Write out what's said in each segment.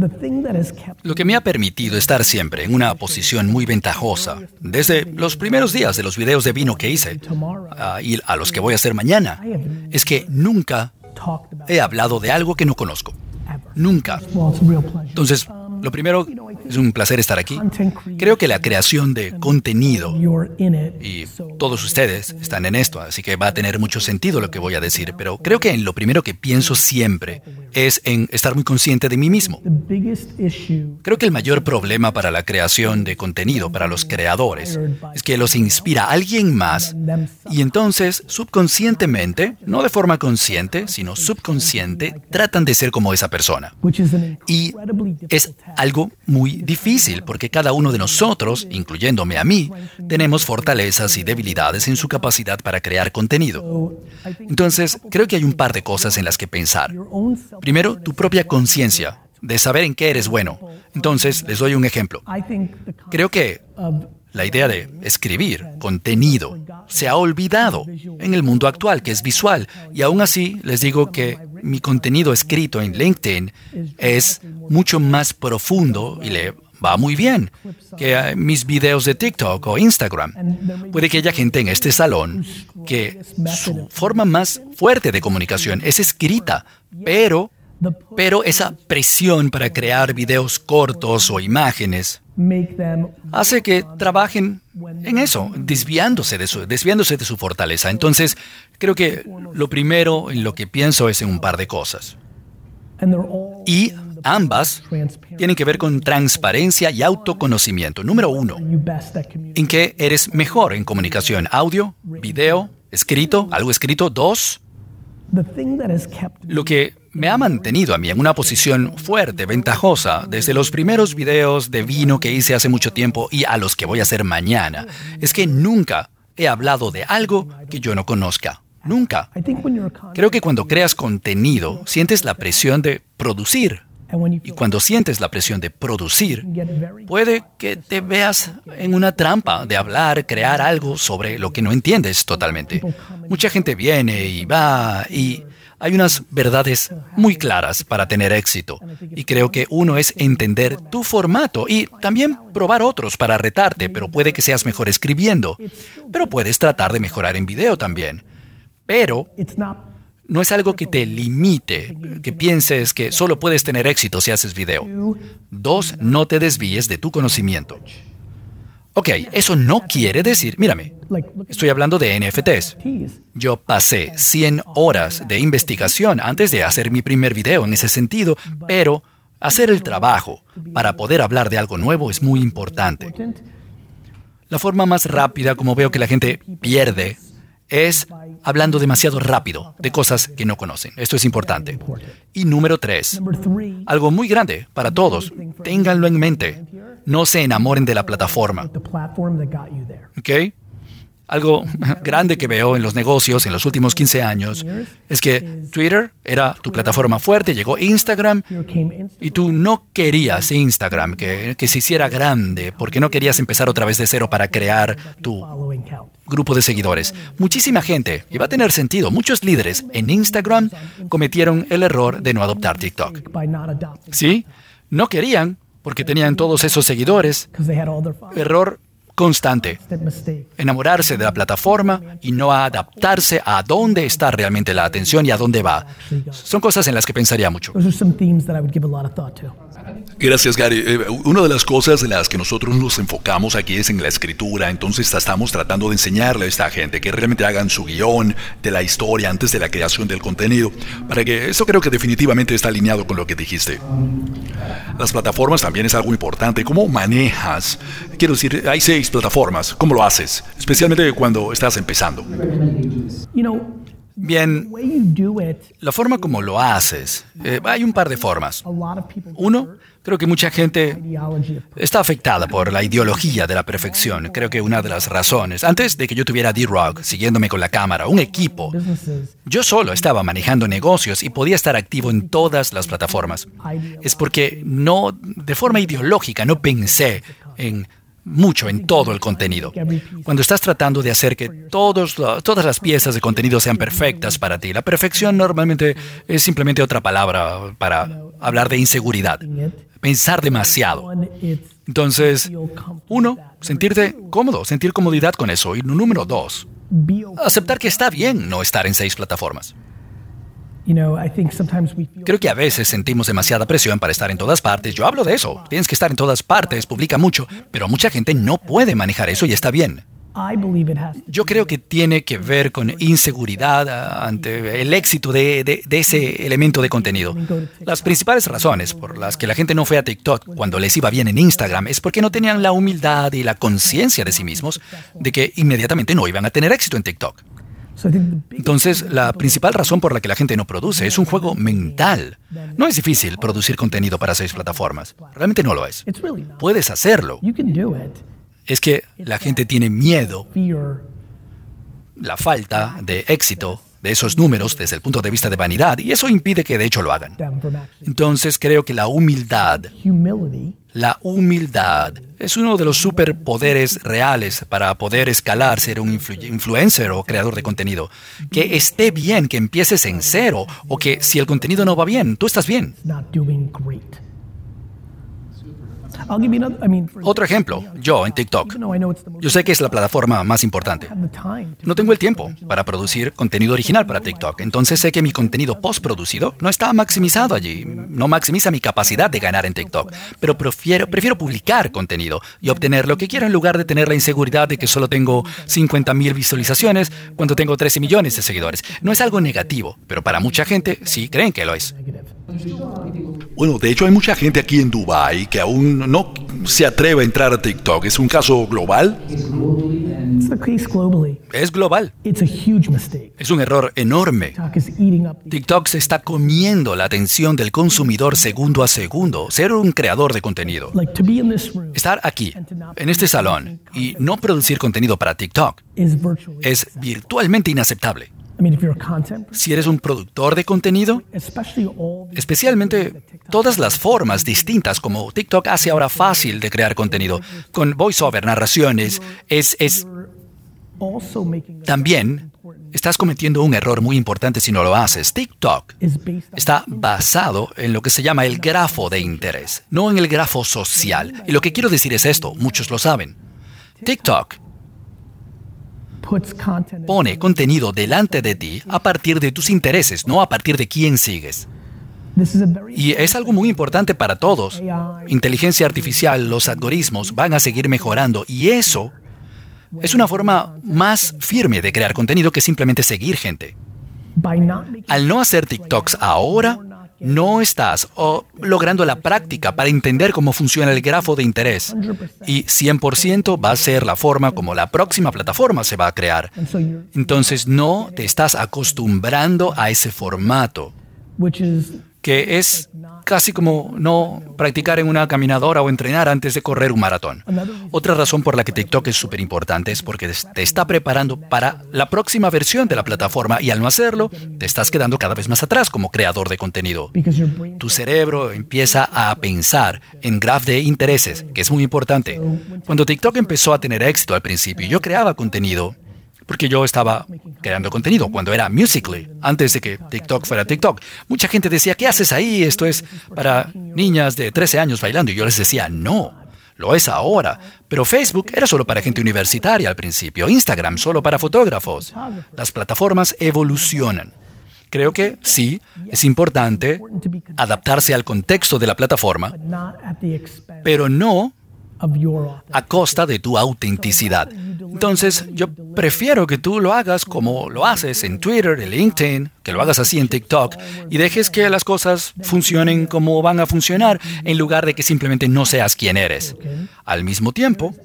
Lo que me ha permitido estar siempre en una posición muy ventajosa, desde los primeros días de los videos de vino que hice y a los que voy a hacer mañana, es que nunca he hablado de algo que no conozco. Nunca. Entonces, lo primero, es un placer estar aquí. Creo que la creación de contenido, y todos ustedes están en esto, así que va a tener mucho sentido lo que voy a decir, pero creo que en lo primero que pienso siempre es en estar muy consciente de mí mismo. Creo que el mayor problema para la creación de contenido, para los creadores, es que los inspira a alguien más y entonces subconscientemente, no de forma consciente, sino subconsciente, tratan de ser como esa persona. Y es algo muy difícil porque cada uno de nosotros, incluyéndome a mí, tenemos fortalezas y debilidades en su capacidad para crear contenido. Entonces, creo que hay un par de cosas en las que pensar. Primero, tu propia conciencia de saber en qué eres bueno. Entonces, les doy un ejemplo. Creo que la idea de escribir contenido se ha olvidado en el mundo actual, que es visual. Y aún así, les digo que mi contenido escrito en LinkedIn es mucho más profundo y le va muy bien que mis videos de TikTok o Instagram. Puede que haya gente en este salón que su forma más fuerte de comunicación es escrita, pero esa presión para crear videos cortos o imágenes hace que trabajen en eso, desviándose de su fortaleza. Entonces, creo que lo primero en lo que pienso es en un par de cosas. Y ambas tienen que ver con transparencia y autoconocimiento. Número 1, ¿en qué eres mejor en comunicación? ¿Audio? ¿Video? ¿Escrito? ¿Algo escrito? 2, lo que me ha mantenido a mí en una posición fuerte, ventajosa, desde los primeros videos de vino que hice hace mucho tiempo y a los que voy a hacer mañana, es que nunca he hablado de algo que yo no conozca. Nunca. Creo que cuando creas contenido, sientes la presión de producir. Y cuando sientes la presión de producir, puede que te veas en una trampa de hablar, crear algo sobre lo que no entiendes totalmente. Mucha gente viene y va y hay unas verdades muy claras para tener éxito. Y creo que uno es entender tu formato y también probar otros para retarte, pero puede que seas mejor escribiendo. Pero puedes tratar de mejorar en video también. Pero no es algo que te limite, que pienses que solo puedes tener éxito si haces video. 2, no te desvíes de tu conocimiento. Ok, eso no quiere decir, mírame, estoy hablando de NFTs. Yo pasé 100 horas de investigación antes de hacer mi primer video en ese sentido, pero hacer el trabajo para poder hablar de algo nuevo es muy importante. La forma más rápida, como veo que la gente pierde, es hablando demasiado rápido de cosas que no conocen. Esto es importante. Y número 3, algo muy grande para todos. Ténganlo en mente. No se enamoren de la plataforma. ¿Ok? Algo grande que veo en los negocios en los últimos 15 años es que Twitter era tu plataforma fuerte, llegó Instagram y tú no querías Instagram que se hiciera grande porque no querías empezar otra vez de cero para crear tu grupo de seguidores. Muchísima gente, y va a tener sentido, muchos líderes en Instagram cometieron el error de no adoptar TikTok. ¿Sí? No querían porque tenían todos esos seguidores. Error constante. Enamorarse de la plataforma y no adaptarse a dónde está realmente la atención y a dónde va. Son cosas en las que pensaría mucho. Gracias, Gary. Una de las cosas en las que nosotros nos enfocamos aquí es en la escritura. Entonces estamos tratando de enseñarle a esta gente que realmente hagan su guión de la historia antes de la creación del contenido. Para que eso creo que definitivamente está alineado con lo que dijiste. Las plataformas también es algo importante. ¿Cómo manejas? Quiero decir, hay 6 plataformas. ¿Cómo lo haces? Especialmente cuando estás empezando. Bien, la forma como lo haces, hay un par de formas. Uno, creo que mucha gente está afectada por la ideología de la perfección. Creo que una de las razones, antes de que yo tuviera D-Rock siguiéndome con la cámara, un equipo, yo solo estaba manejando negocios y podía estar activo en todas las plataformas. Es porque no, de forma ideológica, no pensé en mucho en todo el contenido. Cuando estás tratando de hacer que todas las piezas de contenido sean perfectas para ti, la perfección normalmente es simplemente otra palabra para hablar de inseguridad. Pensar demasiado. Entonces, uno, sentirte cómodo, sentir comodidad con eso. Y número dos, aceptar que está bien no estar en 6 plataformas. Creo que a veces sentimos demasiada presión para estar en todas partes. Yo hablo de eso. Tienes que estar en todas partes, publica mucho, pero mucha gente no puede manejar eso y está bien. Yo creo que tiene que ver con inseguridad ante el éxito de ese elemento de contenido. Las principales razones por las que la gente no fue a TikTok cuando les iba bien en Instagram es porque no tenían la humildad y la conciencia de sí mismos de que inmediatamente no iban a tener éxito en TikTok. Entonces, la principal razón por la que la gente no produce es un juego mental. No es difícil producir contenido para 6 plataformas. Realmente no lo es. Puedes hacerlo. Es que la gente tiene miedo, la falta de éxito de esos números desde el punto de vista de vanidad, y eso impide que de hecho lo hagan. Entonces creo que la humildad es uno de los superpoderes reales para poder escalar, ser un influencer o creador de contenido. Que esté bien, que empieces en cero, o que si el contenido no va bien, tú estás bien. Otro ejemplo, yo en TikTok. Yo sé que es la plataforma más importante. No tengo el tiempo para producir contenido original para TikTok, entonces sé que mi contenido postproducido no está maximizado allí, no maximiza mi capacidad de ganar en TikTok, pero prefiero publicar contenido y obtener lo que quiero en lugar de tener la inseguridad de que solo tengo 50,000 visualizaciones cuando tengo 13 millones de seguidores. No es algo negativo, pero para mucha gente sí creen que lo es. Bueno, de hecho hay mucha gente aquí en Dubái que aún no se atreve a entrar a TikTok. ¿Es un caso global? Es global. Es un error enorme. TikTok se está comiendo la atención del consumidor segundo a segundo. Ser un creador de contenido. Estar aquí, en este salón, y no producir contenido para TikTok es virtualmente inaceptable. Si eres un productor de contenido, especialmente todas las formas distintas como TikTok hace ahora fácil de crear contenido, con voiceover, narraciones, también estás cometiendo un error muy importante si no lo haces. TikTok está basado en lo que se llama el grafo de interés, no en el grafo social. Y lo que quiero decir es esto, muchos lo saben. TikTok pone contenido delante de ti a partir de tus intereses, no a partir de quién sigues. Y es algo muy importante para todos. Inteligencia artificial, los algoritmos van a seguir mejorando y eso es una forma más firme de crear contenido que simplemente seguir gente. Al no hacer TikToks ahora, no estás logrando la práctica para entender cómo funciona el grafo de interés. Y 100% va a ser la forma como la próxima plataforma se va a crear. Entonces no te estás acostumbrando a ese formato, que es casi como no practicar en una caminadora o entrenar antes de correr un maratón. Otra razón por la que TikTok es súper importante es porque te está preparando para la próxima versión de la plataforma y al no hacerlo, te estás quedando cada vez más atrás como creador de contenido. Tu cerebro empieza a pensar en graph de intereses, que es muy importante. Cuando TikTok empezó a tener éxito al principio, yo creaba contenido porque yo estaba creando contenido cuando era Musical.ly, antes de que TikTok fuera TikTok. Mucha gente decía, ¿qué haces ahí? Esto es para niñas de 13 años bailando. Y yo les decía, no, lo es ahora. Pero Facebook era solo para gente universitaria al principio. Instagram solo para fotógrafos. Las plataformas evolucionan. Creo que sí, es importante adaptarse al contexto de la plataforma, pero no a costa de tu autenticidad. Entonces, yo prefiero que tú lo hagas como lo haces en Twitter, en LinkedIn, que lo hagas así en TikTok y dejes que las cosas funcionen como van a funcionar en lugar de que simplemente no seas quien eres. Al mismo tiempo,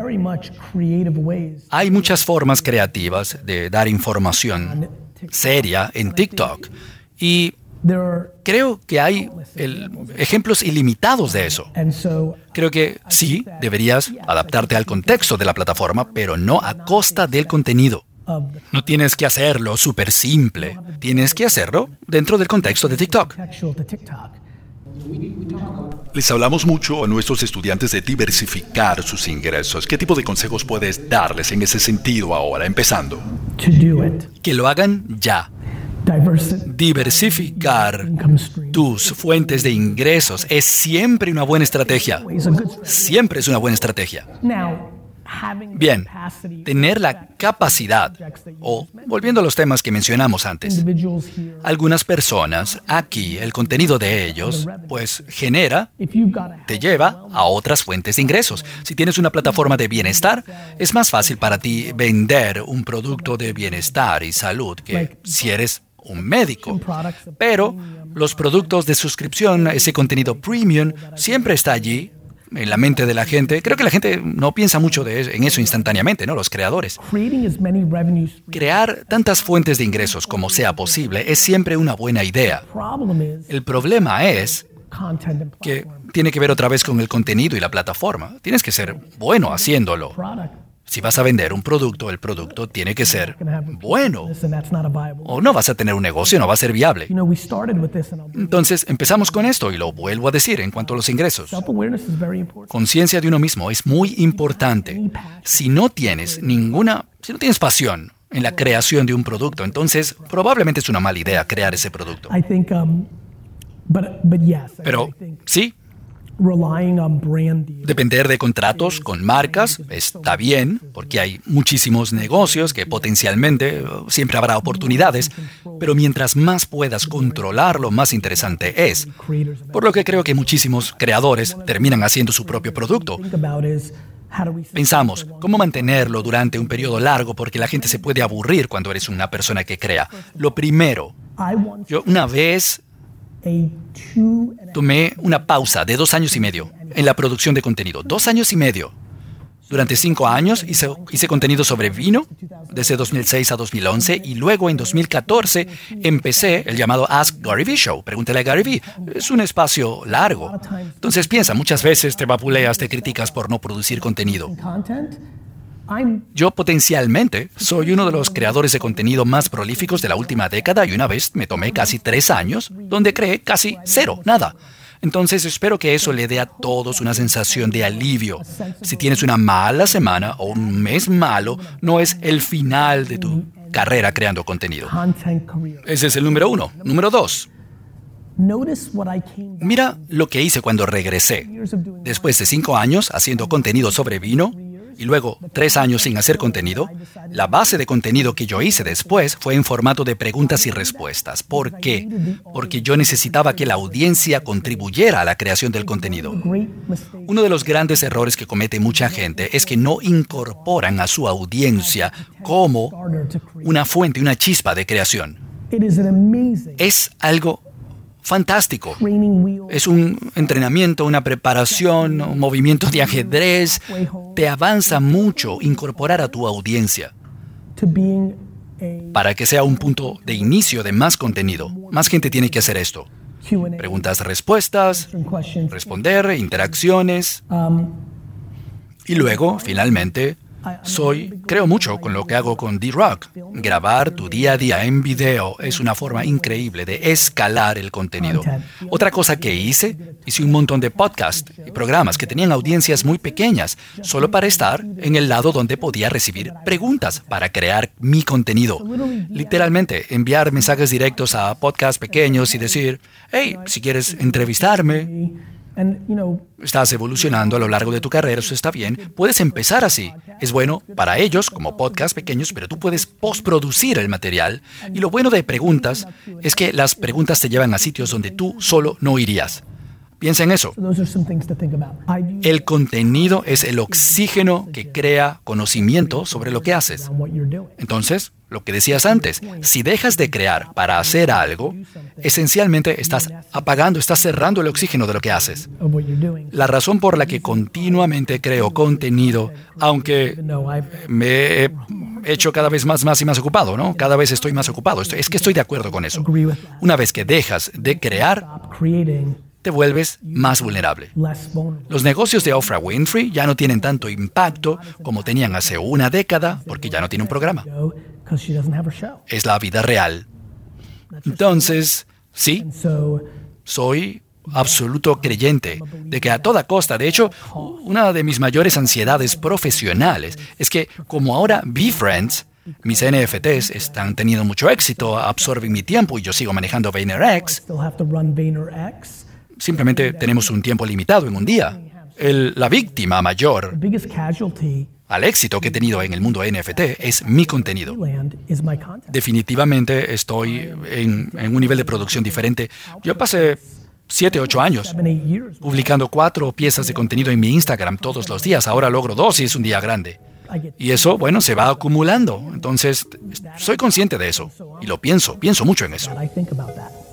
hay muchas formas creativas de dar información seria en TikTok y creo que hay ejemplos ilimitados de eso. Creo que sí, deberías adaptarte al contexto de la plataforma, pero no a costa del contenido. No tienes que hacerlo súper simple. Tienes que hacerlo dentro del contexto de TikTok. Les hablamos mucho a nuestros estudiantes de diversificar sus ingresos. ¿Qué tipo de consejos puedes darles en ese sentido ahora, empezando? Que lo hagan ya. Diversificar tus fuentes de ingresos es siempre una buena estrategia. Siempre es una buena estrategia. Bien, tener la capacidad, o volviendo a los temas que mencionamos antes, algunas personas, aquí el contenido de ellos, pues te lleva a otras fuentes de ingresos. Si tienes una plataforma de bienestar, es más fácil para ti vender un producto de bienestar y salud que si eres un médico. Pero los productos de suscripción, ese contenido premium, siempre está allí en la mente de la gente. Creo que la gente no piensa mucho en eso instantáneamente, ¿no? Los creadores. Crear tantas fuentes de ingresos como sea posible es siempre una buena idea. El problema es que tiene que ver otra vez con el contenido y la plataforma. Tienes que ser bueno haciéndolo. Si vas a vender un producto, el producto tiene que ser bueno. O no vas a tener un negocio, no va a ser viable. Entonces, empezamos con esto y lo vuelvo a decir en cuanto a los ingresos. Conciencia de uno mismo es muy importante. Si no tienes pasión en la creación de un producto, entonces probablemente es una mala idea crear ese producto. Pero sí, depender de contratos con marcas está bien, porque hay muchísimos negocios que potencialmente siempre habrá oportunidades, pero mientras más puedas controlarlo, más interesante es. Por lo que creo que muchísimos creadores terminan haciendo su propio producto. Pensamos, ¿cómo mantenerlo durante un periodo largo? Porque la gente se puede aburrir cuando eres una persona que crea. Lo primero, yo una vez tomé una pausa de 2 años y medio en la producción de contenido. 2 años y medio. Durante 5 años hice contenido sobre vino, desde 2006 a 2011, y luego en 2014 empecé el llamado Ask Gary Vee Show. Pregúntale a Gary Vee. Es un espacio largo. Entonces piensa, muchas veces te vapuleas, te criticas por no producir contenido. Yo potencialmente soy uno de los creadores de contenido más prolíficos de la última década y una vez me tomé casi 3 años donde creé casi cero, nada. Entonces espero que eso le dé a todos una sensación de alivio. Si tienes una mala semana o un mes malo, no es el final de tu carrera creando contenido. Ese es el número 1. Número 2. Mira lo que hice cuando regresé. Después de 5 años haciendo contenido sobre vino, y luego 3 años sin hacer contenido, la base de contenido que yo hice después fue en formato de preguntas y respuestas. ¿Por qué? Porque yo necesitaba que la audiencia contribuyera a la creación del contenido. Uno de los grandes errores que comete mucha gente es que no incorporan a su audiencia como una fuente, una chispa de creación. Es algo fantástico. Es un entrenamiento, una preparación, un movimiento de ajedrez. Te avanza mucho incorporar a tu audiencia para que sea un punto de inicio de más contenido. Más gente tiene que hacer esto. Preguntas, respuestas, responder, interacciones. Y luego, finalmente, creo mucho con lo que hago con D-Rock. Grabar tu día a día en video es una forma increíble de escalar el contenido. Otra cosa que hice un montón de podcasts y programas que tenían audiencias muy pequeñas, solo para estar en el lado donde podía recibir preguntas para crear mi contenido. Literalmente, enviar mensajes directos a podcasts pequeños y decir, hey, si quieres entrevistarme, estás evolucionando a lo largo de tu carrera, eso está bien. Puedes empezar así. Es bueno para ellos como podcasts pequeños, pero tú puedes postproducir el material. Y lo bueno de preguntas es que las preguntas te llevan a sitios donde tú solo no irías. Piensa en eso. El contenido es el oxígeno que crea conocimiento sobre lo que haces. Entonces, lo que decías antes, si dejas de crear para hacer algo, esencialmente estás apagando, estás cerrando el oxígeno de lo que haces. La razón por la que continuamente creo contenido, aunque me he hecho cada vez más y más ocupado, ¿no? Cada vez estoy más ocupado. Es que estoy de acuerdo con eso. Una vez que dejas de crear, te vuelves más vulnerable. Los negocios de Oprah Winfrey ya no tienen tanto impacto como tenían hace una década porque ya no tiene un programa. Es la vida real. Entonces, sí, soy absoluto creyente de que a toda costa, de hecho, una de mis mayores ansiedades profesionales es que como ahora VeeFriends, mis NFTs están teniendo mucho éxito, absorben mi tiempo y yo sigo manejando VaynerX, simplemente tenemos un tiempo limitado en un día. La víctima mayor al éxito que he tenido en el mundo NFT es mi contenido. Definitivamente estoy en un nivel de producción diferente. Yo pasé 7, 8 años publicando 4 piezas de contenido en mi Instagram todos los días. Ahora logro 2 y es un día grande. Y eso, bueno, se va acumulando. Entonces, soy consciente de eso y lo pienso mucho en eso.